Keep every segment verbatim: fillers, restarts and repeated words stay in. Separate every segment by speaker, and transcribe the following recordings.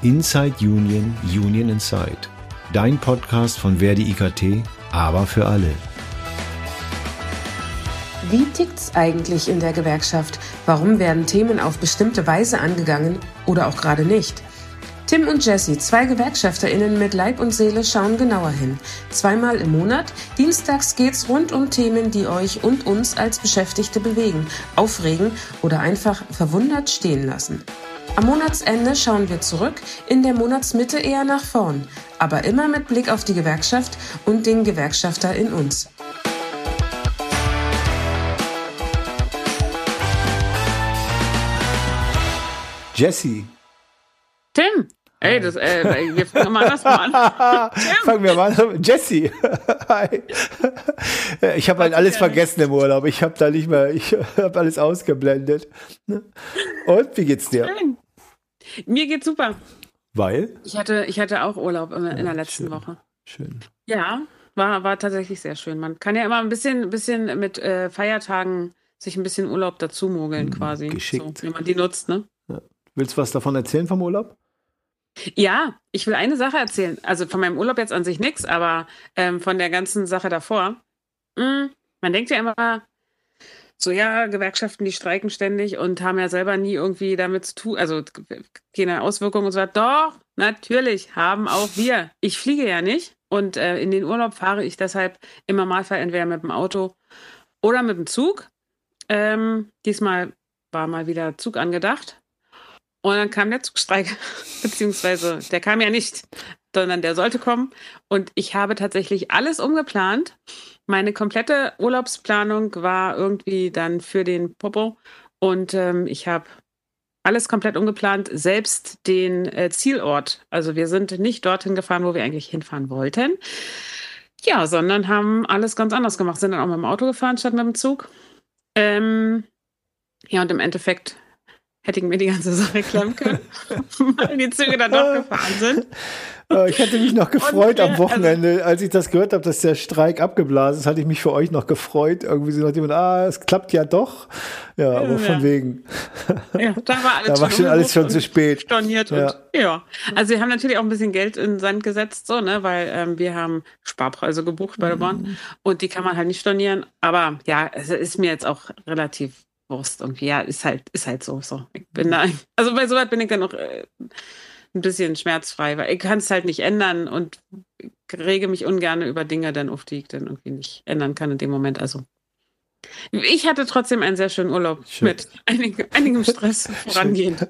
Speaker 1: Inside Union, Union Inside. Dein Podcast von Verdi I K T, aber für alle.
Speaker 2: Wie tickt's eigentlich in der Gewerkschaft? Warum werden Themen auf bestimmte Weise angegangen oder auch gerade nicht? Tim und Jessie, zwei GewerkschafterInnen mit Leib und Seele, schauen genauer hin. Zweimal im Monat, dienstags geht's rund um Themen, die euch und uns als Beschäftigte bewegen, aufregen oder einfach verwundert stehen lassen. Am Monatsende schauen wir zurück, in der Monatsmitte eher nach vorn, aber immer mit Blick auf die Gewerkschaft und den Gewerkschafter in uns.
Speaker 1: Jessie.
Speaker 2: Tim. Ey, das, äh, wir fangen mal andersrum an.
Speaker 1: Fangen wir mal an. Jessie. Hi. Ich habe halt alles vergessen im Urlaub. Ich habe da nicht mehr, ich habe alles ausgeblendet. Und wie geht's dir?
Speaker 2: Schön. Mir geht's super.
Speaker 1: Weil?
Speaker 2: Ich hatte, ich hatte auch Urlaub in, in der letzten
Speaker 1: schön.
Speaker 2: Woche.
Speaker 1: Schön.
Speaker 2: Ja, war, war tatsächlich sehr schön. Man kann ja immer ein bisschen, bisschen mit äh, Feiertagen sich ein bisschen Urlaub dazu mogeln quasi.
Speaker 1: Geschickt.
Speaker 2: So, wenn man die nutzt, ne?
Speaker 1: Ja. Willst du was davon erzählen vom Urlaub?
Speaker 2: Ja, ich will eine Sache erzählen. Also von meinem Urlaub jetzt an sich nichts, aber ähm, von der ganzen Sache davor. Mh, man denkt ja immer so, ja, Gewerkschaften, die streiken ständig und haben ja selber nie irgendwie damit zu tun, also keine Auswirkungen und so weiter. Doch, natürlich, haben auch wir. Ich fliege ja nicht und äh, in den Urlaub fahre ich deshalb im Normalfall entweder mit dem Auto oder mit dem Zug. Ähm, diesmal war mal wieder Zug angedacht. Und dann kam der Zugstreik, beziehungsweise der kam ja nicht, sondern der sollte kommen. Und ich habe tatsächlich alles umgeplant. Meine komplette Urlaubsplanung war irgendwie dann für den Popo. Und ähm, ich habe alles komplett umgeplant, selbst den äh, Zielort. Also wir sind nicht dorthin gefahren, wo wir eigentlich hinfahren wollten. Ja, sondern haben alles ganz anders gemacht. Sind dann auch mit dem Auto gefahren statt mit dem Zug. Ähm, ja, und im Endeffekt hätte ich mir die ganze Sache klemmen können, weil die Züge dann doch gefahren sind.
Speaker 1: Ich hätte mich noch gefreut
Speaker 2: Und,
Speaker 1: am Wochenende, also, als ich das gehört habe, dass der Streik abgeblasen ist, hatte ich mich für euch noch gefreut. Irgendwie so nach dem, ah, es klappt ja doch. Ja, aber von ja. wegen.
Speaker 2: Ja, da war alles,
Speaker 1: da war schon, alles schon zu spät.
Speaker 2: Storniert ja. Und, ja. Also wir haben natürlich auch ein bisschen Geld in den Sand gesetzt, so, ne, weil ähm, wir haben Sparpreise gebucht bei der Bahn mhm. und die kann man halt nicht stornieren. Aber ja, es ist mir jetzt auch relativ Wurst irgendwie. Ja, ist halt, ist halt so. so. Ich bin da, also bei sowas bin ich dann noch äh, ein bisschen schmerzfrei, weil ich kann es halt nicht ändern und rege mich ungern über Dinge dann auf, die ich dann irgendwie nicht ändern kann in dem Moment. Also ich hatte trotzdem einen sehr schönen Urlaub Schön. mit einig, einigem Stress vorangehend.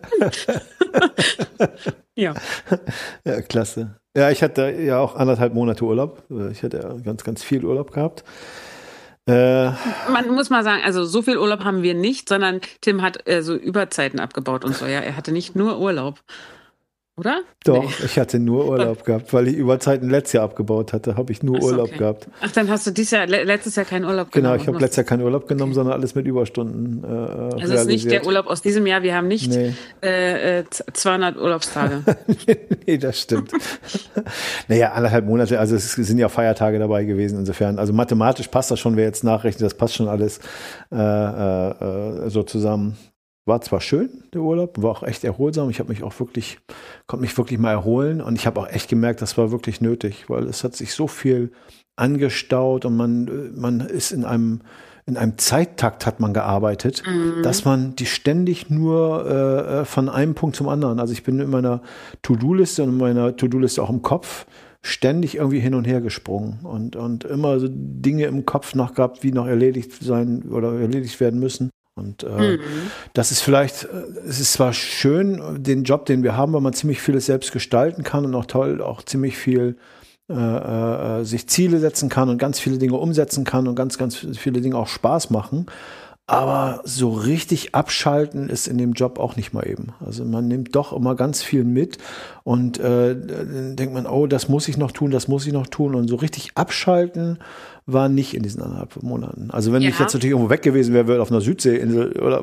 Speaker 2: ja.
Speaker 1: Ja, klasse. Ja, ich hatte ja auch anderthalb Monate Urlaub. Ich hatte ja ganz, ganz viel Urlaub gehabt. Äh,
Speaker 2: Man muss mal sagen, also so viel Urlaub haben wir nicht, sondern Tim hat äh, so Überzeiten abgebaut und so. Ja, er hatte nicht nur Urlaub. Oder?
Speaker 1: Doch,
Speaker 2: nee.
Speaker 1: ich hatte nur Urlaub gehabt, weil ich Überzeiten letztes Jahr abgebaut hatte, habe ich nur so, Urlaub okay. gehabt.
Speaker 2: Ach, dann hast du dieses Jahr, letztes Jahr keinen Urlaub
Speaker 1: genau,
Speaker 2: genommen.
Speaker 1: Genau, ich habe letztes Jahr keinen Urlaub genommen, okay. sondern alles mit Überstunden äh,
Speaker 2: Also
Speaker 1: realisiert.
Speaker 2: es ist nicht der Urlaub aus diesem Jahr, wir haben nicht
Speaker 1: nee.
Speaker 2: äh, zweihundert Urlaubstage.
Speaker 1: Nee, das stimmt. Naja, anderthalb Monate, also es sind ja Feiertage dabei gewesen, insofern, also mathematisch passt das schon, wer jetzt nachrechnet, das passt schon alles äh, äh, so zusammen. War zwar schön, der Urlaub, war auch echt erholsam. Ich habe mich auch wirklich, konnte mich wirklich mal erholen und ich habe auch echt gemerkt, das war wirklich nötig, weil es hat sich so viel angestaut und man, man ist in einem, in einem Zeittakt hat man gearbeitet, mhm. dass man die ständig nur äh, von einem Punkt zum anderen, also ich bin in meiner To-Do-Liste und in meiner To-Do-Liste auch im Kopf ständig irgendwie hin und her gesprungen und, und immer so Dinge im Kopf noch gehabt, wie noch erledigt sein oder erledigt werden müssen. Und äh, mhm. das ist vielleicht, es ist zwar schön, den Job, den wir haben, weil man ziemlich vieles selbst gestalten kann und auch toll, auch ziemlich viel äh, äh, sich Ziele setzen kann und ganz viele Dinge umsetzen kann und ganz, ganz viele Dinge auch Spaß machen. Aber so richtig abschalten ist in dem Job auch nicht mal eben. Also man nimmt doch immer ganz viel mit und äh, dann denkt man, oh, das muss ich noch tun, das muss ich noch tun. Und so richtig abschalten war nicht in diesen anderthalb Monaten. Also wenn ja. ich jetzt natürlich irgendwo weg gewesen wäre, auf einer Südseeinsel, oder,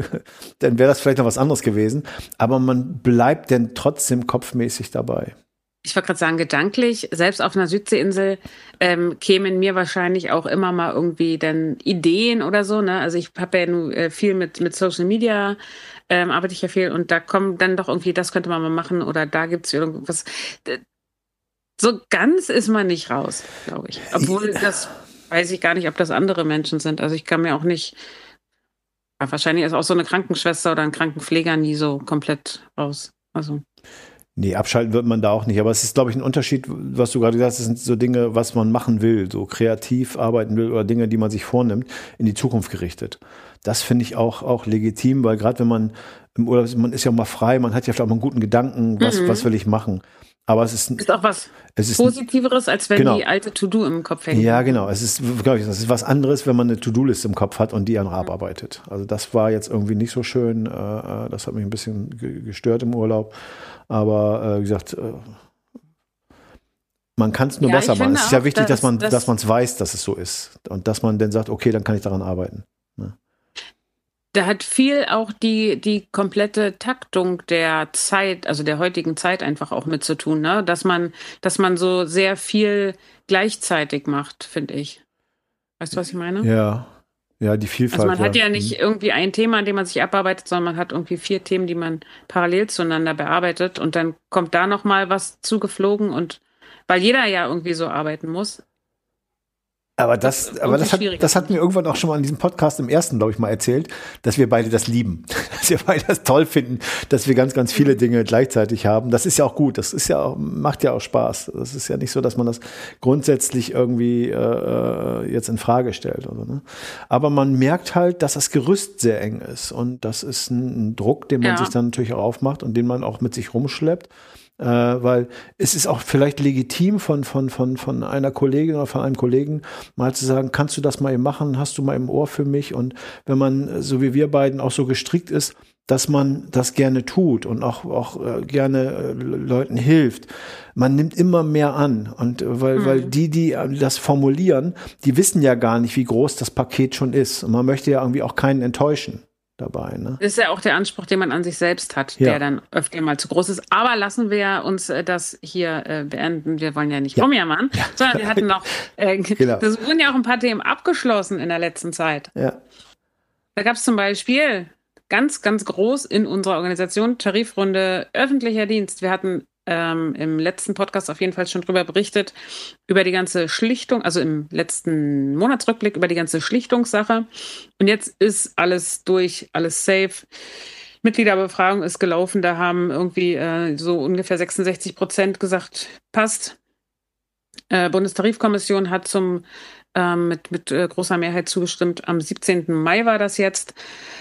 Speaker 1: dann wäre das vielleicht noch was anderes gewesen. Aber man bleibt dann trotzdem kopfmäßig dabei.
Speaker 2: Ich wollte gerade sagen, gedanklich, selbst auf einer Südseeinsel ähm, kämen mir wahrscheinlich auch immer mal irgendwie dann Ideen oder so. Ne? Also ich habe ja nun äh, viel mit, mit Social Media, ähm, arbeite ich ja viel und da kommt dann doch irgendwie, das könnte man mal machen oder da gibt's irgendwas. D- So ganz ist man nicht raus, glaube ich. Obwohl das weiß ich gar nicht, ob das andere Menschen sind. Also ich kann mir auch nicht, ja, wahrscheinlich ist auch so eine Krankenschwester oder ein Krankenpfleger nie so komplett raus. Also.
Speaker 1: Nee, abschalten wird man da auch nicht. Aber es ist, glaube ich, ein Unterschied, was du gerade gesagt hast, das sind so Dinge, was man machen will, so kreativ arbeiten will oder Dinge, die man sich vornimmt, in die Zukunft gerichtet. Das finde ich auch, auch legitim, weil gerade wenn man im Urlaub ist, man ist ja auch mal frei, man hat ja vielleicht auch mal einen guten Gedanken, was,
Speaker 2: Mhm.
Speaker 1: was will ich machen. Aber es ist,
Speaker 2: Ist auch was
Speaker 1: es ist
Speaker 2: Positiveres, als wenn
Speaker 1: genau.
Speaker 2: die alte To-Do im Kopf hängt.
Speaker 1: Ja, genau. Es ist, glaube ich, es ist was anderes, wenn man eine To-Do-Liste im Kopf hat und die andere abarbeitet. Also das war jetzt irgendwie nicht so schön. Äh, das hat mich ein bisschen ge- gestört im Urlaub. Aber äh, wie gesagt, äh, man kann es nur
Speaker 2: Ja,
Speaker 1: besser
Speaker 2: ich
Speaker 1: machen.
Speaker 2: finde
Speaker 1: Es ist ja
Speaker 2: auch,
Speaker 1: wichtig, dass
Speaker 2: dass-
Speaker 1: man,
Speaker 2: dass-
Speaker 1: dass man es weiß, dass es so ist und dass man dann sagt, okay, dann kann ich daran arbeiten. Ne?
Speaker 2: Da hat viel auch die, die komplette Taktung der Zeit, also der heutigen Zeit einfach auch mit zu tun, ne? Dass man, dass man so sehr viel gleichzeitig macht, finde ich. Weißt du, was ich meine?
Speaker 1: Ja, ja, die Vielfalt.
Speaker 2: Also man hat ja
Speaker 1: Mhm.
Speaker 2: nicht irgendwie ein Thema, an dem man sich abarbeitet, sondern man hat irgendwie vier Themen, die man parallel zueinander bearbeitet und dann kommt da noch mal was zugeflogen und weil jeder ja irgendwie so arbeiten muss.
Speaker 1: Aber das,
Speaker 2: Das ist
Speaker 1: aber das, hat,
Speaker 2: schwierig,
Speaker 1: das
Speaker 2: finde
Speaker 1: hatten wir irgendwann auch schon mal in diesem Podcast im ersten, glaube ich, mal erzählt, dass wir beide das lieben, dass wir beide das toll finden, dass wir ganz, ganz viele Dinge gleichzeitig haben. Das ist ja auch gut. Das ist ja auch, macht ja auch Spaß. Das ist ja nicht so, dass man das grundsätzlich irgendwie äh, jetzt in Frage stellt. Oder, ne? Aber man merkt halt, dass das Gerüst sehr eng ist und das ist ein, ein Druck, den man
Speaker 2: Ja.
Speaker 1: sich dann natürlich auch aufmacht und den man auch mit sich rumschleppt. Äh, weil es ist auch vielleicht legitim von, von, von, von einer Kollegin oder von einem Kollegen mal zu sagen, kannst du das mal eben machen, hast du mal im Ohr für mich? Und wenn man, so wie wir beiden, auch so gestrickt ist, dass man das gerne tut und auch, auch äh, gerne äh, Leuten hilft, man nimmt immer mehr an. Und äh, weil,
Speaker 2: Mhm.
Speaker 1: weil die, die äh, das formulieren, die wissen ja gar nicht, wie groß das Paket schon ist. Und man möchte ja irgendwie auch keinen enttäuschen dabei. Ne?
Speaker 2: Das ist ja auch der Anspruch, den man an sich selbst hat,
Speaker 1: Ja.
Speaker 2: der dann öfter mal zu groß ist. Aber lassen wir uns äh, das hier äh, beenden. Wir wollen ja nicht
Speaker 1: Ja.
Speaker 2: rumjammern, sondern wir hatten noch, äh,
Speaker 1: Genau.
Speaker 2: das wurden ja auch ein paar Themen abgeschlossen in der letzten Zeit.
Speaker 1: Ja.
Speaker 2: Da gab es zum Beispiel ganz, ganz groß in unserer Organisation Tarifrunde öffentlicher Dienst. Wir hatten ähm, im letzten Podcast auf jeden Fall schon drüber berichtet, über die ganze Schlichtung, also im letzten Monatsrückblick über die ganze Schlichtungssache. Und jetzt ist alles durch, alles safe. Mitgliederbefragung ist gelaufen, da haben irgendwie äh, so ungefähr sechsundsechzig Prozent gesagt, passt. Äh, Bundestarifkommission hat zum ähm, mit, mit äh, großer Mehrheit zugestimmt. Am siebzehnten Mai war das jetzt.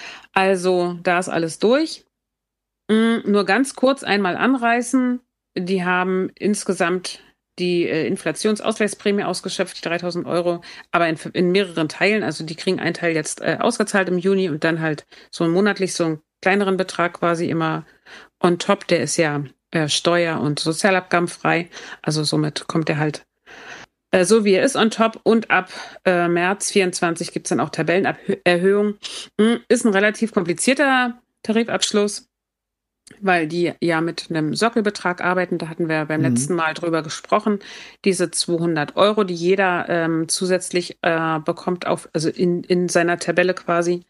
Speaker 2: Also da ist alles durch. Mm, nur ganz kurz einmal anreißen. Die haben insgesamt die äh, Inflationsausgleichsprämie ausgeschöpft, die dreitausend Euro, aber in, in mehreren Teilen. Also die kriegen einen Teil jetzt äh, ausgezahlt im Juni und dann halt so monatlich so einen kleineren Betrag quasi immer on top. Der ist ja äh, steuer- und sozialabgabenfrei. Also somit kommt der halt äh, so wie er ist on top. Und ab äh, März vierundzwanzig gibt es dann auch Tabellenerhöhung. Mm, ist ein relativ komplizierter Tarifabschluss, weil die ja mit einem Sockelbetrag arbeiten. Da hatten wir beim
Speaker 1: Mhm.
Speaker 2: letzten Mal drüber gesprochen. Diese zweihundert Euro, die jeder ähm, zusätzlich äh, bekommt, auf, also in, in seiner Tabelle quasi,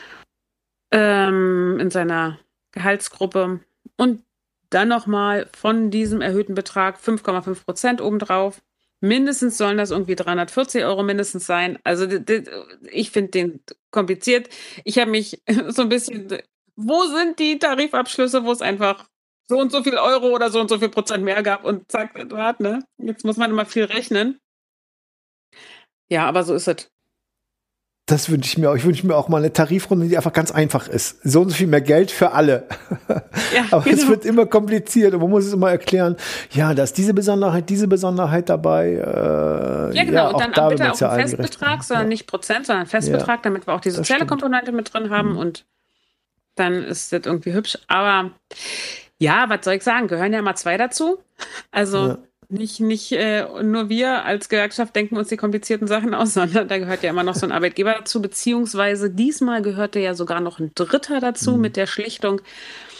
Speaker 2: ähm, in seiner Gehaltsgruppe. Und dann nochmal von diesem erhöhten Betrag fünf Komma fünf Prozent obendrauf. Mindestens sollen das irgendwie dreihundertvierzig Euro mindestens sein. Also d- d- ich finde den kompliziert. Ich habe mich so ein bisschen, wo sind die Tarifabschlüsse, wo es einfach so und so viel Euro oder so und so viel Prozent mehr gab und zack, das war's, ne? Jetzt muss man immer viel rechnen. Ja, aber so ist es.
Speaker 1: Das wünsche ich mir auch. Ich wünsche mir auch mal eine Tarifrunde, die einfach ganz einfach ist. So und so viel mehr Geld für alle.
Speaker 2: Ja,
Speaker 1: Aber es
Speaker 2: genau.
Speaker 1: wird immer kompliziert und man muss es immer erklären, ja, da ist diese Besonderheit, diese Besonderheit dabei. Äh,
Speaker 2: Ja, genau.
Speaker 1: auch
Speaker 2: und dann
Speaker 1: da
Speaker 2: bitte
Speaker 1: wird
Speaker 2: auch
Speaker 1: ja
Speaker 2: einen
Speaker 1: allen gerecht
Speaker 2: Festbetrag,
Speaker 1: werden.
Speaker 2: sondern
Speaker 1: Ja.
Speaker 2: nicht Prozent, sondern Festbetrag, damit wir auch die
Speaker 1: das
Speaker 2: soziale
Speaker 1: stimmt.
Speaker 2: Komponente mit drin haben
Speaker 1: Mhm.
Speaker 2: und dann ist das irgendwie hübsch. Aber ja, was soll ich sagen? Gehören ja immer zwei dazu. Also
Speaker 1: Ja.
Speaker 2: nicht, nicht äh, nur wir als Gewerkschaft denken uns die komplizierten Sachen aus, sondern da gehört ja immer noch so ein Arbeitgeber dazu, beziehungsweise diesmal gehörte ja sogar noch ein Dritter dazu
Speaker 1: Mhm.
Speaker 2: mit der Schlichtung.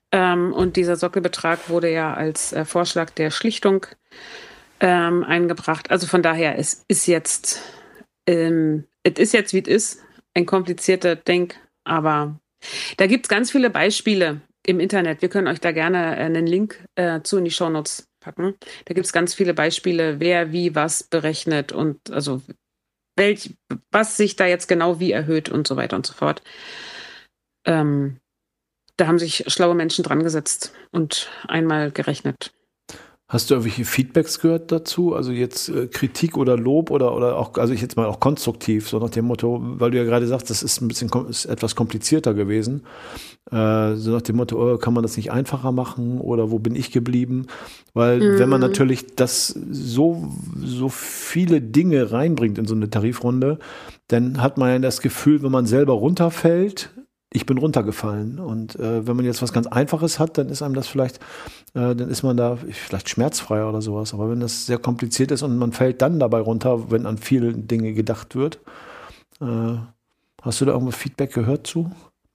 Speaker 2: Ähm, und dieser Sockelbetrag wurde ja als äh, Vorschlag der Schlichtung ähm, eingebracht. Also von daher, es ist jetzt, ähm, es ist jetzt, wie es ist, ein komplizierter Denk, aber da gibt es ganz viele Beispiele im Internet. Wir können euch da gerne einen Link äh, zu in die Shownotes packen. Da gibt es ganz viele Beispiele, wer wie was berechnet und also welch, was sich da jetzt genau wie erhöht und so weiter und so fort. Ähm, da haben sich schlaue Menschen dran gesetzt und einmal gerechnet.
Speaker 1: Hast du irgendwelche Feedbacks gehört dazu? Also jetzt äh, Kritik oder Lob oder oder auch, also ich jetzt mal auch konstruktiv, so nach dem Motto, weil du ja gerade sagst, das ist ein bisschen ist etwas komplizierter gewesen. Äh, so nach dem Motto, oh, kann man das nicht einfacher machen oder wo bin ich geblieben? Weil mhm. wenn man natürlich das so so viele Dinge reinbringt in so eine Tarifrunde, dann hat man ja das Gefühl, wenn man selber runterfällt, ich bin runtergefallen. Und äh, wenn man jetzt was ganz Einfaches hat, dann ist einem das vielleicht, äh, dann ist man da vielleicht schmerzfreier oder sowas. Aber wenn das sehr kompliziert ist und man fällt dann dabei runter, wenn an viele Dinge gedacht wird, äh, hast du da irgendwas Feedback gehört zu?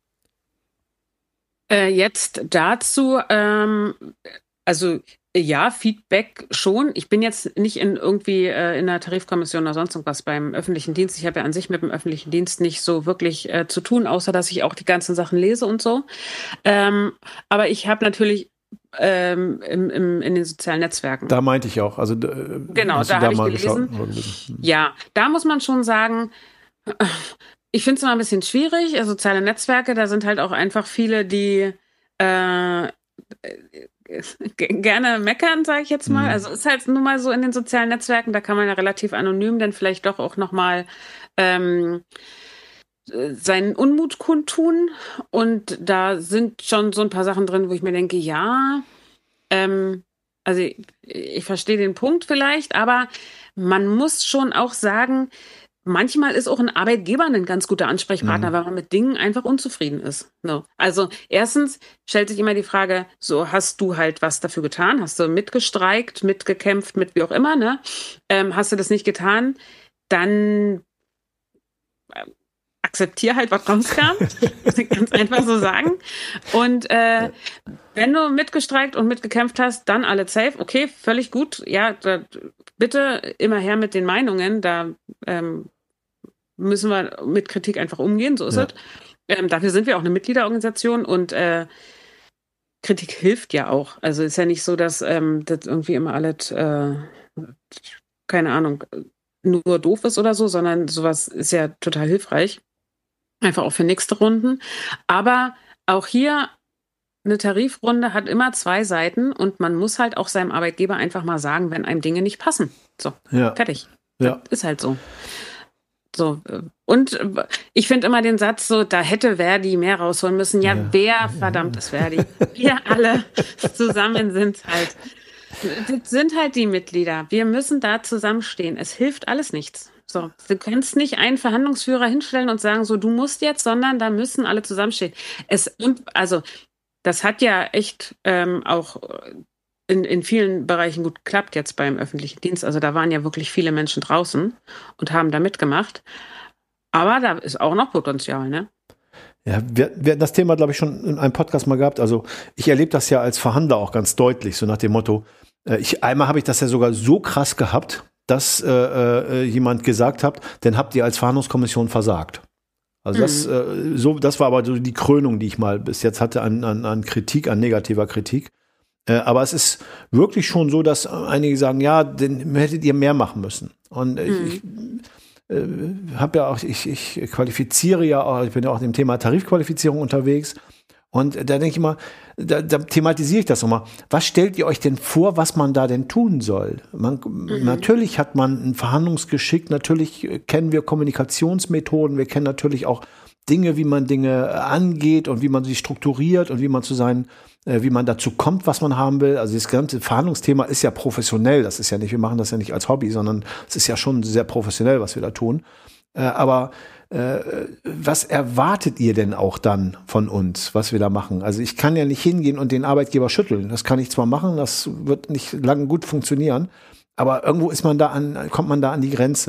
Speaker 2: Äh, jetzt dazu, ähm, also ja, Feedback schon. Ich bin jetzt nicht in irgendwie äh, in einer Tarifkommission oder sonst irgendwas beim öffentlichen Dienst. Ich habe ja an sich mit dem öffentlichen Dienst nicht so wirklich äh, zu tun, außer dass ich auch die ganzen Sachen lese und so. Ähm, aber ich habe natürlich ähm, im, im, in den sozialen Netzwerken.
Speaker 1: Da meinte ich auch. Also äh,
Speaker 2: genau, da, da habe ich gelesen. gelesen. Ja, da muss man schon sagen, ich finde es immer ein bisschen schwierig. Also, soziale Netzwerke, da sind halt auch einfach viele, die äh, gerne meckern, sage ich jetzt mal. Mhm. Also ist halt nun mal so in den sozialen Netzwerken, da kann man ja relativ anonym dann vielleicht doch auch nochmal ähm, seinen Unmut kundtun. Und da sind schon so ein paar Sachen drin, wo ich mir denke, ja, ähm, also ich, ich verstehe den Punkt vielleicht, aber man muss schon auch sagen, manchmal ist auch ein Arbeitgeber ein ganz guter Ansprechpartner, mhm. weil man mit Dingen einfach unzufrieden ist. No. Also erstens stellt sich immer die Frage, so hast du halt was dafür getan? Hast du mitgestreikt, mitgekämpft, mit wie auch immer, ne? Ähm, hast du das nicht getan? Dann äh, akzeptier halt, was rauskam. Ganz einfach so sagen. Und äh, wenn du mitgestreikt und mitgekämpft hast, dann alle safe. Okay, völlig gut. Ja, da, bitte immer her mit den Meinungen. Da ähm, müssen wir mit Kritik einfach umgehen. So ist ja. es. Ähm, dafür sind wir auch eine Mitgliederorganisation und äh, Kritik hilft ja auch. Also ist ja nicht so, dass ähm, das irgendwie immer alles, äh, keine Ahnung, nur doof ist oder so, sondern sowas ist ja total hilfreich. Einfach auch für nächste Runden. Aber auch hier eine Tarifrunde hat immer zwei Seiten und man muss halt auch seinem Arbeitgeber einfach mal sagen, wenn einem Dinge nicht passen. So, ja. fertig. Ja. Das ist halt so. So. Und ich finde immer den Satz so, da hätte Verdi mehr rausholen müssen. Ja, ja. wer verdammt ist Verdi? Wir alle zusammen sind halt, das sind halt die Mitglieder. Wir müssen da zusammenstehen. Es hilft alles nichts. So, du kannst nicht einen Verhandlungsführer hinstellen und sagen, so, du musst jetzt, sondern da müssen alle zusammenstehen. Es, und, also, das hat ja echt ähm, auch in, in vielen Bereichen gut geklappt jetzt beim öffentlichen Dienst. Also da waren ja wirklich viele Menschen draußen und haben da mitgemacht. Aber da ist auch noch Potenzial, ne?
Speaker 1: Ja, wir, wir hatten das Thema, glaube ich, schon in einem Podcast mal gehabt. Also ich erlebe das ja als Verhandler auch ganz deutlich, so nach dem Motto, äh, ich, einmal habe ich das ja sogar so krass gehabt, dass äh, äh, jemand gesagt hat, dann habt ihr als Verhandlungskommission versagt. Also das, mhm. äh, so, das war aber so die Krönung, die ich mal bis jetzt hatte an, an, an Kritik, an negativer Kritik. Äh, aber es ist wirklich schon so, dass einige sagen, ja, den hättet ihr mehr machen müssen. Und äh, mhm. ich äh, habe ja auch, ich, ich qualifiziere ja auch, ich bin ja auch im Thema Tarifqualifizierung unterwegs. Und da denke ich mal, da, da thematisiere ich das nochmal. Was stellt ihr euch denn vor, was man da denn tun soll? Man, mhm. Natürlich hat man ein Verhandlungsgeschick, natürlich kennen wir Kommunikationsmethoden, wir kennen natürlich auch Dinge, wie man Dinge angeht und wie man sie strukturiert und wie man zu seinen, äh, wie man dazu kommt, was man haben will. Also das ganze Verhandlungsthema ist ja professionell. Das ist ja nicht, wir machen das ja nicht als Hobby, sondern es ist ja schon sehr professionell, was wir da tun. Äh, aber was erwartet ihr denn auch dann von uns, was wir da machen? Also ich kann ja nicht hingehen und den Arbeitgeber schütteln. Das kann ich zwar machen, das wird nicht lange gut funktionieren, aber irgendwo ist man da an, kommt man da an die Grenze.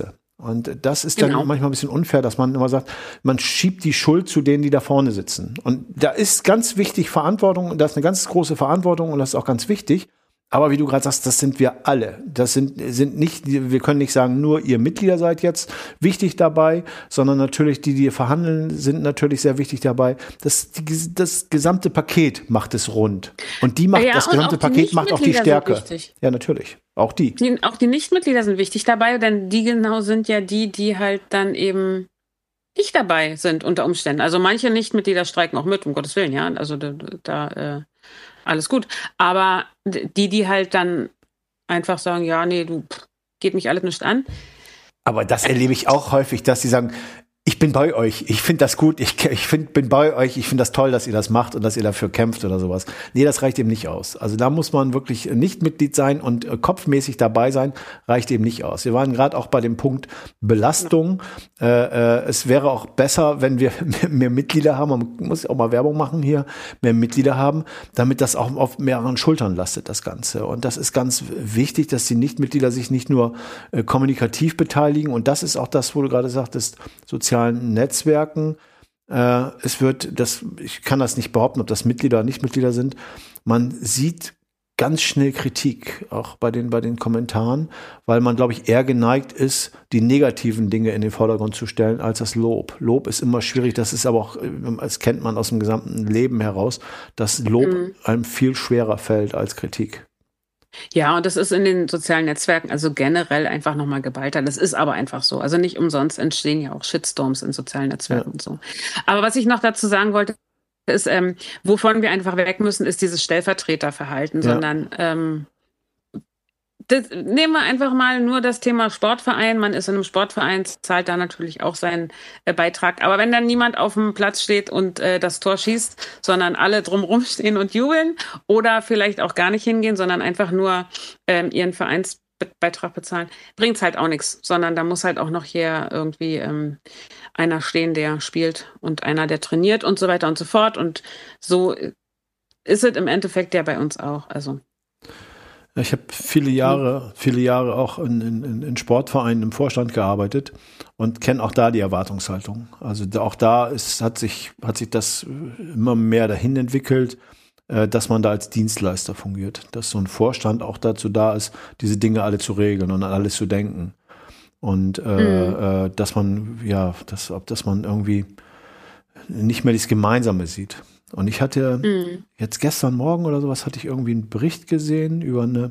Speaker 1: Und das ist dann
Speaker 2: Genau.
Speaker 1: manchmal ein bisschen unfair, dass man immer sagt, man schiebt die Schuld zu denen, die da vorne sitzen. Und da ist ganz wichtig Verantwortung, da ist eine ganz große Verantwortung und das ist auch ganz wichtig. Aber wie du gerade sagst, das sind wir alle. Das sind, sind nicht, wir können nicht sagen, nur ihr Mitglieder seid jetzt wichtig dabei, sondern natürlich die, die verhandeln, sind natürlich sehr wichtig dabei. Das, die, das gesamte Paket macht es rund. Und die macht,
Speaker 2: Ja,
Speaker 1: das
Speaker 2: und
Speaker 1: gesamte
Speaker 2: auch die
Speaker 1: Paket macht auch die
Speaker 2: Nichtmitglieder sind
Speaker 1: Stärke.
Speaker 2: wichtig.
Speaker 1: Ja, natürlich. Auch die.
Speaker 2: Die, auch die Nichtmitglieder sind wichtig dabei, denn die genau sind ja die, die halt dann eben nicht dabei sind unter Umständen. Also manche Nichtmitglieder streiken auch mit, um Gottes Willen, ja. Also da, da äh, alles gut. Aber die, die halt dann einfach sagen, ja, nee, du pff, geht mich alles nicht an.
Speaker 1: Aber das erlebe ich auch häufig, dass sie sagen, ich bin bei euch, ich finde das gut, ich, ich find, bin bei euch, ich finde das toll, dass ihr das macht und dass ihr dafür kämpft oder sowas. Nee, das reicht eben nicht aus. Also da muss man wirklich nicht Mitglied sein und äh, kopfmäßig dabei sein, reicht eben nicht aus. Wir waren gerade auch bei dem Punkt Belastung. Äh, äh, es wäre auch besser, wenn wir mehr, mehr Mitglieder haben, man muss auch mal Werbung machen hier, mehr Mitglieder haben, damit das auch auf mehreren Schultern lastet, das Ganze. Und das ist ganz wichtig, dass die Nichtmitglieder sich nicht nur äh, kommunikativ beteiligen und das ist auch das, wo du gerade sagtest, sozial Netzwerken. Äh, es wird, das, ich kann das nicht behaupten, ob das Mitglieder oder Nichtmitglieder sind. Man sieht ganz schnell Kritik, auch bei den, bei den Kommentaren, weil man, glaube ich, eher geneigt ist, die negativen Dinge in den Vordergrund zu stellen, als das Lob. Lob ist immer schwierig, das ist aber auch, das kennt man aus dem gesamten Leben heraus, dass Lob mhm. einem viel schwerer fällt als Kritik.
Speaker 2: Ja, und das ist in den sozialen Netzwerken also generell einfach nochmal geballter. Das ist aber einfach so. Also nicht umsonst entstehen ja auch Shitstorms in sozialen Netzwerken ja. und so. Aber was ich noch dazu sagen wollte, ist, ähm, wovon wir einfach weg müssen, ist dieses Stellvertreterverhalten, ja. sondern ähm, das, nehmen wir einfach mal nur das Thema Sportverein. Man ist in einem Sportverein, zahlt da natürlich auch seinen äh, Beitrag. Aber wenn dann niemand auf dem Platz steht und äh, das Tor schießt, sondern alle drumherum stehen und jubeln oder vielleicht auch gar nicht hingehen, sondern einfach nur ähm, ihren Vereinsbeitrag bezahlen, bringt's halt auch nichts. Sondern da muss halt auch noch hier irgendwie ähm, einer stehen, der spielt und einer, der trainiert und so weiter und so fort. Und so ist es im Endeffekt ja bei uns auch. Also
Speaker 1: ich habe viele Jahre, viele Jahre auch in, in, in Sportvereinen im Vorstand gearbeitet und kenne auch da die Erwartungshaltung. Also da, auch da ist, hat sich, hat sich das immer mehr dahin entwickelt, äh, dass man da als Dienstleister fungiert. Dass so ein Vorstand auch dazu da ist, diese Dinge alle zu regeln und an alles zu denken. Und äh, mhm. äh, dass man, ja, dass, dass man irgendwie nicht mehr das Gemeinsame sieht. Und ich hatte mhm. jetzt gestern Morgen oder sowas hatte ich irgendwie einen Bericht gesehen über eine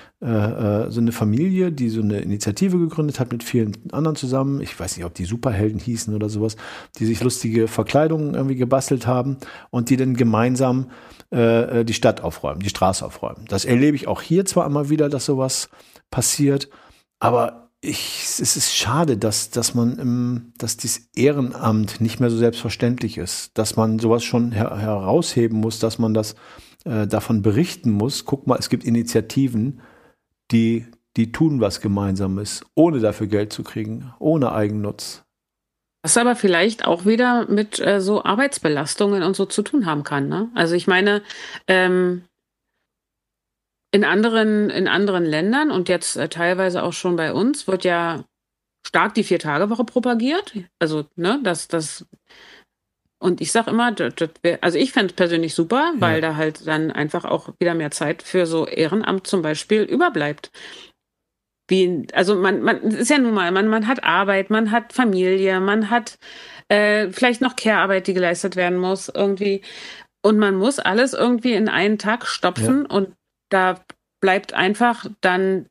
Speaker 1: äh, so eine Familie, die so eine Initiative gegründet hat mit vielen anderen zusammen. Ich weiß nicht, ob die Superhelden hießen oder sowas, die sich lustige Verkleidungen irgendwie gebastelt haben und die dann gemeinsam äh, die Stadt aufräumen, die Straße aufräumen. Das erlebe ich auch hier zwar immer wieder, dass sowas passiert, aber Ich, es ist schade, dass, dass man, im, dass dieses Ehrenamt nicht mehr so selbstverständlich ist, dass man sowas schon her, herausheben muss, dass man das äh, davon berichten muss. Guck mal, es gibt Initiativen, die, die tun was Gemeinsames, ohne dafür Geld zu kriegen, ohne Eigennutz.
Speaker 2: Was aber vielleicht auch wieder mit äh, so Arbeitsbelastungen und so zu tun haben kann, ne? Also ich meine, ähm, In anderen, in anderen Ländern und jetzt äh, teilweise auch schon bei uns wird ja stark die Vier-Tage-Woche propagiert. Also, ne, das, das, und ich sag immer, das, das wär, also ich fände es persönlich super, weil ja. da halt dann einfach auch wieder mehr Zeit für so Ehrenamt zum Beispiel überbleibt. Wie, also man, man, ist ja nun mal, man, man hat Arbeit, man hat Familie, man hat äh, vielleicht noch Care-Arbeit, die geleistet werden muss, irgendwie. Und man muss alles irgendwie in einen Tag stopfen ja. und da bleibt einfach dann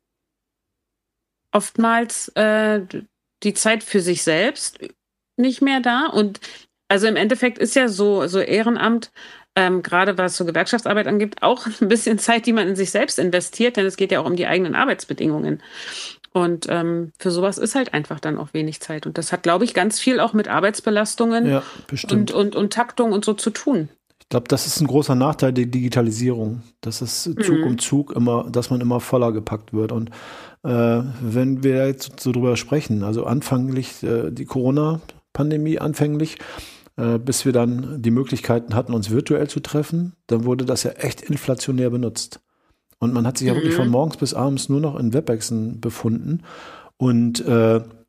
Speaker 2: oftmals äh, die Zeit für sich selbst nicht mehr da. Und also im Endeffekt ist ja so, so Ehrenamt, ähm, gerade was so Gewerkschaftsarbeit angeht, auch ein bisschen Zeit, die man in sich selbst investiert, denn es geht ja auch um die eigenen Arbeitsbedingungen. Und ähm, für sowas ist halt einfach dann auch wenig Zeit. Und das hat, glaube ich, ganz viel auch mit Arbeitsbelastungen
Speaker 1: ja, bestimmt.
Speaker 2: Und, und, und Taktung und so zu tun.
Speaker 1: Ich glaube, das ist ein großer Nachteil der Digitalisierung. Das ist Zug mhm. um Zug immer, dass man immer voller gepackt wird. Und äh, wenn wir jetzt so drüber sprechen, also anfänglich äh, die Corona-Pandemie anfänglich, äh, bis wir dann die Möglichkeiten hatten, uns virtuell zu treffen, dann wurde das ja echt inflationär benutzt. Und man hat sich ja mhm. wirklich von morgens bis abends nur noch in Webexen befunden. Und äh,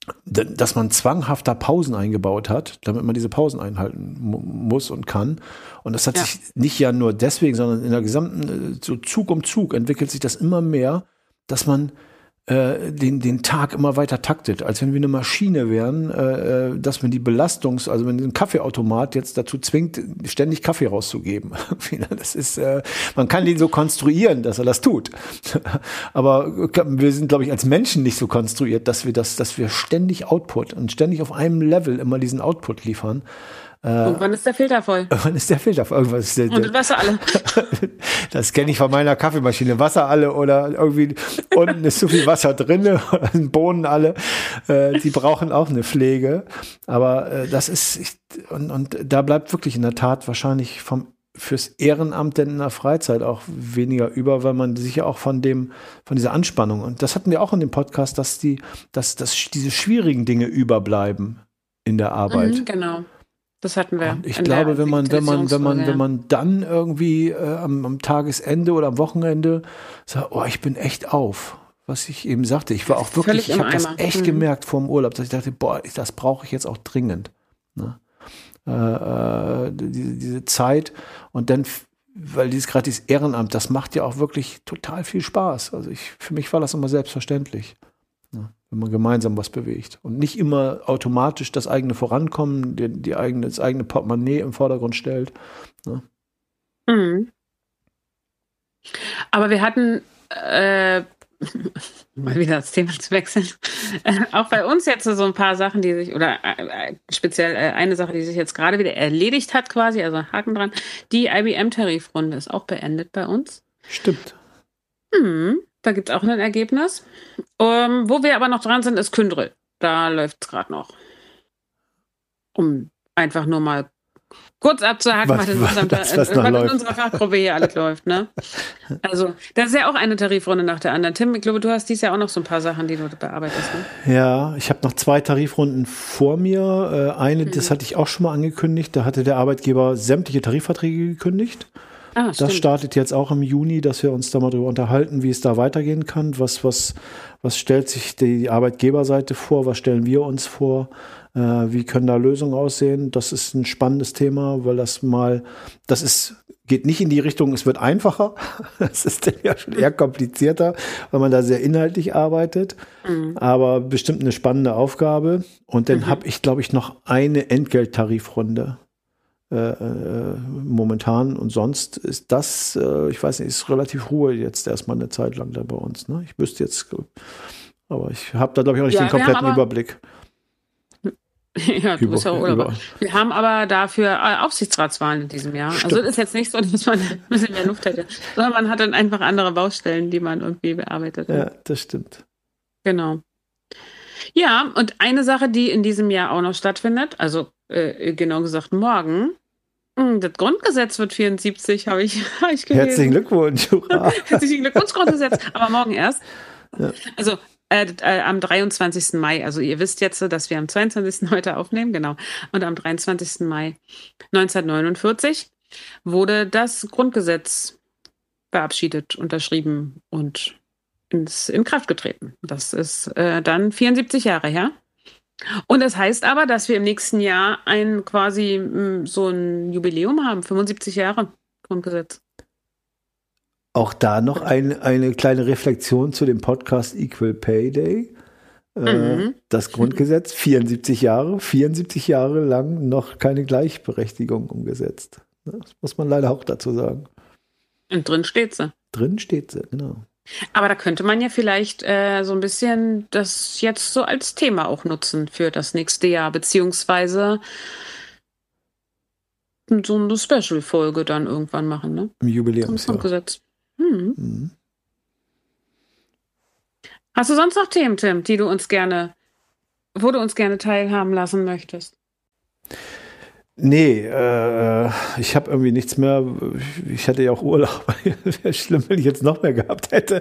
Speaker 1: dass man zwanghafter Pausen eingebaut hat, damit man diese Pausen einhalten mu- muss und kann. Und das hat
Speaker 2: Ja.
Speaker 1: sich nicht ja nur deswegen, sondern in der gesamten, äh, so Zug um Zug entwickelt sich das immer mehr, dass man äh, den, den Tag immer weiter taktet, als wenn wir eine Maschine wären, äh, äh, dass man die Belastungs-, also wenn ein Kaffeeautomat jetzt dazu zwingt, ständig Kaffee rauszugeben. Das ist, äh, man kann den so konstruieren, dass er das tut. Aber wir sind, glaube ich, als Menschen nicht so konstruiert, dass wir das, dass wir ständig Output und ständig auf einem Level immer diesen Output liefern.
Speaker 2: Irgendwann ist der Filter voll.
Speaker 1: Wann ist der Filter? Irgendwas ist der,
Speaker 2: Und das Wasser alle.
Speaker 1: Das kenne ich von meiner Kaffeemaschine. Wasser alle oder irgendwie unten ist zu viel Wasser drin, Bohnen alle. Äh, die brauchen auch eine Pflege. Aber äh, das ist, ich, und, und da bleibt wirklich in der Tat wahrscheinlich vom fürs Ehrenamt denn in der Freizeit auch weniger über, weil man sich ja auch von dem, von dieser Anspannung, und das hatten wir auch in dem Podcast, dass die, dass, dass diese schwierigen Dinge überbleiben in der Arbeit.
Speaker 2: Mhm, genau. Das hatten wir.
Speaker 1: Und ich
Speaker 2: in
Speaker 1: glaube,
Speaker 2: der
Speaker 1: wenn man, wenn man, wenn man,
Speaker 2: Digitalisierungsfolge,
Speaker 1: wenn man dann irgendwie äh, am, am Tagesende oder am Wochenende sagt, oh, ich bin echt auf, was ich eben sagte, ich war auch wirklich,
Speaker 2: Völlig
Speaker 1: ich
Speaker 2: im
Speaker 1: habe das
Speaker 2: Eimer.
Speaker 1: echt
Speaker 2: Mhm.
Speaker 1: gemerkt vor dem Urlaub, dass ich dachte, boah, das brauche ich jetzt auch dringend. Ne? Äh, äh, diese, diese Zeit und dann, f- weil dieses gerade dieses Ehrenamt, das macht ja auch wirklich total viel Spaß. Also ich, für mich war das immer selbstverständlich. Ne, wenn man gemeinsam was bewegt und nicht immer automatisch das eigene Vorankommen, die, die eigene, das eigene Portemonnaie im Vordergrund stellt. Ne?
Speaker 2: Mhm. Aber wir hatten, äh, mal wieder das Thema zu wechseln, äh, auch bei uns jetzt so ein paar Sachen, die sich, oder äh, äh, speziell äh, eine Sache, die sich jetzt gerade wieder erledigt hat quasi, also Haken dran, die I B M-Tarifrunde ist auch beendet bei uns.
Speaker 1: Stimmt.
Speaker 2: Mhm. Da gibt es auch ein Ergebnis. Um, wo wir aber noch dran sind, ist Kyndryl. Da läuft es gerade noch. Um einfach nur mal kurz abzuhaken,
Speaker 1: Was-
Speaker 2: was, in,
Speaker 1: was-
Speaker 2: unserem,
Speaker 1: was- was
Speaker 2: äh,
Speaker 1: noch
Speaker 2: was in
Speaker 1: läuft.
Speaker 2: unserer Fachgruppe hier alles läuft. Ne? Also, das ist ja auch eine Tarifrunde nach der anderen. Tim, ich glaube, du hast dies Jahr auch noch so ein paar Sachen, die du bearbeitest. Ne?
Speaker 1: Ja, ich habe noch zwei Tarifrunden vor mir. Äh, eine,
Speaker 2: Mhm.
Speaker 1: das hatte ich auch schon mal angekündigt, da hatte der Arbeitgeber sämtliche Tarifverträge gekündigt.
Speaker 2: Ah,
Speaker 1: Das
Speaker 2: stimmt.
Speaker 1: startet jetzt auch im Juni, dass wir uns da mal drüber unterhalten, wie es da weitergehen kann. Was, was, was stellt sich die Arbeitgeberseite vor? Was stellen wir uns vor? Äh, wie können da Lösungen aussehen? Das ist ein spannendes Thema, weil das mal, das ist, geht nicht in die Richtung, es wird einfacher. Das ist dann ja schon eher komplizierter, weil man da sehr inhaltlich arbeitet.
Speaker 2: Mhm.
Speaker 1: Aber bestimmt eine spannende Aufgabe. Und dann
Speaker 2: Mhm.
Speaker 1: habe ich, glaube ich, noch eine Entgelttarifrunde. Äh, äh, momentan und sonst ist das, äh, ich weiß nicht, ist relativ Ruhe jetzt erstmal eine Zeit lang da bei uns. Ne? Ich wüsste jetzt, aber ich habe da glaube ich auch nicht
Speaker 2: Ja,
Speaker 1: den
Speaker 2: wir haben
Speaker 1: kompletten
Speaker 2: aber-
Speaker 1: Überblick.
Speaker 2: Ja, du bist ja auch
Speaker 1: Über-
Speaker 2: Urlauber.
Speaker 1: über-
Speaker 2: Wir haben aber dafür äh, Aufsichtsratswahlen in diesem Jahr.
Speaker 1: Stimmt.
Speaker 2: Also es ist jetzt nicht so, dass man ein bisschen mehr Luft hätte, sondern man hat dann einfach andere Baustellen, die man irgendwie bearbeitet.
Speaker 1: Ja, das stimmt.
Speaker 2: Genau. Ja, und eine Sache, die in diesem Jahr auch noch stattfindet, also äh, genau gesagt morgen, mh, das Grundgesetz wird vierundsiebzig, habe ich, hab ich gelesen.
Speaker 1: Herzlichen Glückwunsch. Hurra.
Speaker 2: Herzlichen Glückwunsch, Grundgesetz, aber morgen erst.
Speaker 1: Ja.
Speaker 2: Also äh, äh, am dreiundzwanzigsten Mai, also ihr wisst jetzt, dass wir am zweiundzwanzigsten heute aufnehmen, genau. Und am dreiundzwanzigsten Mai neunzehnhundertneunundvierzig wurde das Grundgesetz verabschiedet, unterschrieben und ins, in Kraft getreten. Das ist äh, dann vierundsiebzig Jahre her. Und das heißt aber, dass wir im nächsten Jahr ein quasi mh, so ein Jubiläum haben, fünfundsiebzig Jahre Grundgesetz.
Speaker 1: Auch da noch ein, eine kleine Reflexion zu dem Podcast Equal Pay Day. Äh,
Speaker 2: Mhm.
Speaker 1: Das Grundgesetz, vierundsiebzig Jahre, vierundsiebzig Jahre lang noch keine Gleichberechtigung umgesetzt. Das muss man leider auch dazu sagen.
Speaker 2: Und drin steht sie.
Speaker 1: Drin steht sie, genau.
Speaker 2: Aber da könnte man ja vielleicht äh, so ein bisschen das jetzt so als Thema auch nutzen für das nächste Jahr, beziehungsweise so eine Special-Folge dann irgendwann machen, ne?
Speaker 1: Im
Speaker 2: Zum
Speaker 1: Jubiläumsjahr.
Speaker 2: Grundgesetz. Hm.
Speaker 1: Mhm.
Speaker 2: Hast du sonst noch Themen, Tim, die du uns gerne, wo du uns gerne teilhaben lassen möchtest?
Speaker 1: Nee, äh, ich habe irgendwie nichts mehr. Ich hatte ja auch Urlaub. Wäre schlimm, wenn ich jetzt noch mehr gehabt hätte.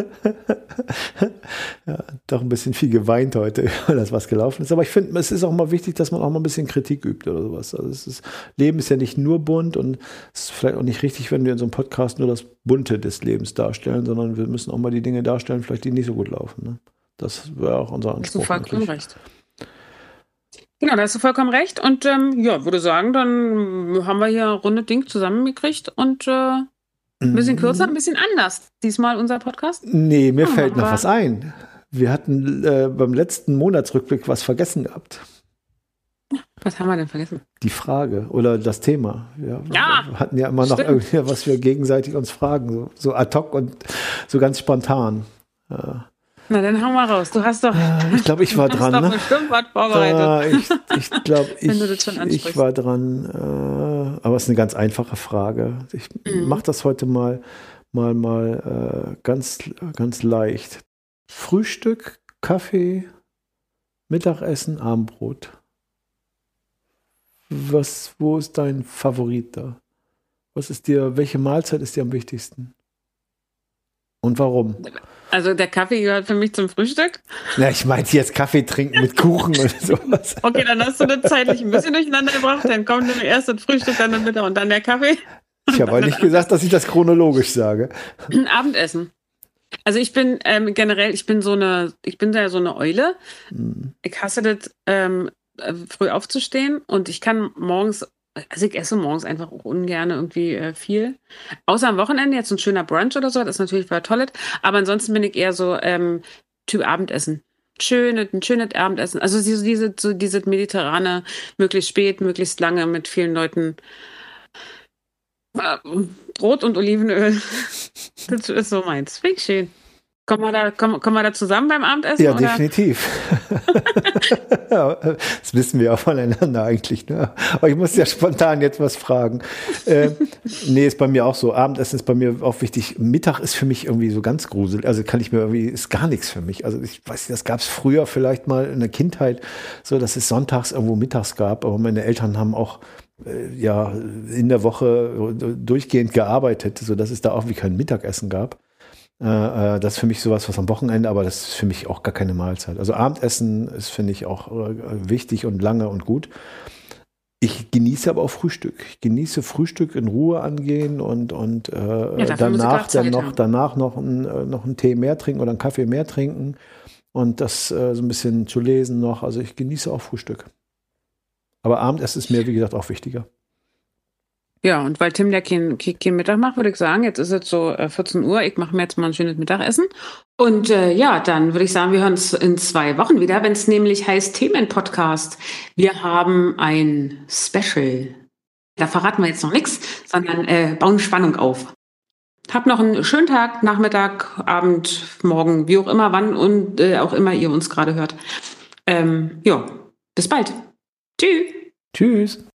Speaker 1: Ja, doch ein bisschen viel geweint heute, weil das was gelaufen ist. Aber ich finde, es ist auch mal wichtig, dass man auch mal ein bisschen Kritik übt oder sowas. Also es ist, Leben ist ja nicht nur bunt und es ist vielleicht auch nicht richtig, wenn wir in so einem Podcast nur das Bunte des Lebens darstellen, sondern wir müssen auch mal die Dinge darstellen, vielleicht die nicht so gut laufen. Ne? Das wäre auch unser Anspruch.
Speaker 2: Da hast du vollkommen recht. Genau, da hast du vollkommen recht. Und ähm, ja, würde sagen, dann haben wir hier ein rundes Ding zusammengekriegt und äh, ein bisschen kürzer, ein bisschen anders. Diesmal unser Podcast.
Speaker 1: Nee, mir oh, fällt noch was ein. Wir hatten äh, beim letzten Monatsrückblick was vergessen gehabt.
Speaker 2: Was haben wir denn vergessen?
Speaker 1: Die Frage oder das Thema. Ja,
Speaker 2: ja
Speaker 1: wir hatten ja immer noch irgendwie, was wir gegenseitig uns fragen. So, so ad hoc und so ganz spontan. Ja.
Speaker 2: Na, dann hau mal raus. Du hast doch.
Speaker 1: Ich glaube, ich war dran.
Speaker 2: Du hast
Speaker 1: ne?
Speaker 2: doch bestimmt was vorbereitet.
Speaker 1: Äh, ich ich glaube, ich,
Speaker 2: ich,
Speaker 1: ich war dran. Äh, aber es ist eine ganz einfache Frage. Ich mhm. mache das heute mal, mal, mal äh, ganz, ganz leicht. Frühstück, Kaffee, Mittagessen, Abendbrot. Was, wo ist dein Favorit da? Was ist dir, welche Mahlzeit ist dir am wichtigsten? Und warum?
Speaker 2: Also der Kaffee gehört für mich zum Frühstück.
Speaker 1: Na, ich meinte jetzt Kaffee trinken mit Kuchen oder sowas.
Speaker 2: Okay, dann hast du das zeitlich ein bisschen durcheinander gebracht. Dann kommt dann erst das Frühstück, dann das Mittag und dann der Kaffee.
Speaker 1: Ich habe aber nicht gesagt, dass ich das chronologisch sage.
Speaker 2: Abendessen. Also ich bin ähm, generell, ich bin so eine, ich bin ja so eine Eule. Hm. Ich hasse das, ähm, früh aufzustehen und ich kann morgens, also ich esse morgens einfach auch ungern irgendwie äh, viel. Außer am Wochenende, jetzt ein schöner Brunch oder so, das ist natürlich voll toll. Aber ansonsten bin ich eher so ähm, Typ Abendessen. Schönes, ein schönes Abendessen. Also diese, diese, so dieses mediterrane, möglichst spät, möglichst lange mit vielen Leuten. Äh, Brot und Olivenöl. Das ist so meins. Finde ich schön. Kommen wir, da, kommen, kommen wir da zusammen beim Abendessen?
Speaker 1: Ja,
Speaker 2: oder?
Speaker 1: Definitiv. Das wissen wir auch voneinander eigentlich. Ne? Aber ich muss ja spontan jetzt was fragen. Äh, nee, ist bei mir auch so. Abendessen ist bei mir auch wichtig. Mittag ist für mich irgendwie so ganz gruselig. Also kann ich mir irgendwie, ist gar nichts für mich. Also ich weiß nicht, das gab es früher vielleicht mal in der Kindheit, so dass es sonntags irgendwo mittags gab. Aber meine Eltern haben auch äh, ja in der Woche durchgehend gearbeitet, sodass es da auch wie kein Mittagessen gab. Das ist für mich sowas, was am Wochenende, aber das ist für mich auch gar keine Mahlzeit. Also Abendessen ist, finde ich, auch wichtig und lange und gut. Ich genieße aber auch Frühstück. Ich genieße Frühstück in Ruhe angehen und, und äh, ja, danach dann noch, danach noch, ein, noch einen Tee mehr trinken oder einen Kaffee mehr trinken und das äh, so ein bisschen zu lesen noch. Also ich genieße auch Frühstück. Aber Abendessen ist mir, wie gesagt, auch wichtiger.
Speaker 2: Ja, und weil Tim ja keinen kein Mittag macht, würde ich sagen, jetzt ist es so äh, vierzehn Uhr, ich mache mir jetzt mal ein schönes Mittagessen. Und äh, ja, dann würde ich sagen, wir hören uns in zwei Wochen wieder, wenn es nämlich heißt Themenpodcast. Wir haben ein Special. Da verraten wir jetzt noch nichts, sondern äh, bauen Spannung auf. Habt noch einen schönen Tag, Nachmittag, Abend, Morgen, wie auch immer, wann und äh, auch immer ihr uns gerade hört. Ähm, ja, bis bald. Tschüss.
Speaker 1: Tschüss.